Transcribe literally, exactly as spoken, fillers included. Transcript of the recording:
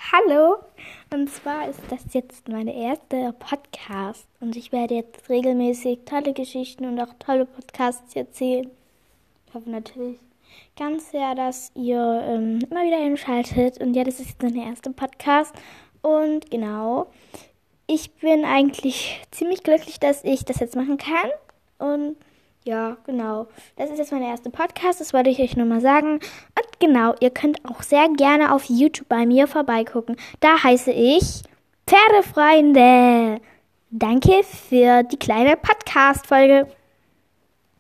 Hallo, und zwar ist das jetzt meine erste Podcast und ich werde jetzt regelmäßig tolle Geschichten und auch tolle Podcasts erzählen. Ich hoffe natürlich ganz sehr, dass ihr ähm, immer wieder einschaltet und ja, das ist jetzt meine erste Podcast und genau, ich bin eigentlich ziemlich glücklich, dass ich das jetzt machen kann und ja, genau. Das ist jetzt mein erster Podcast, das wollte ich euch nur mal sagen. Und genau, ihr könnt auch sehr gerne auf YouTube bei mir vorbeigucken. Da heiße ich Pferdefreunde. Danke für die kleine Podcast-Folge.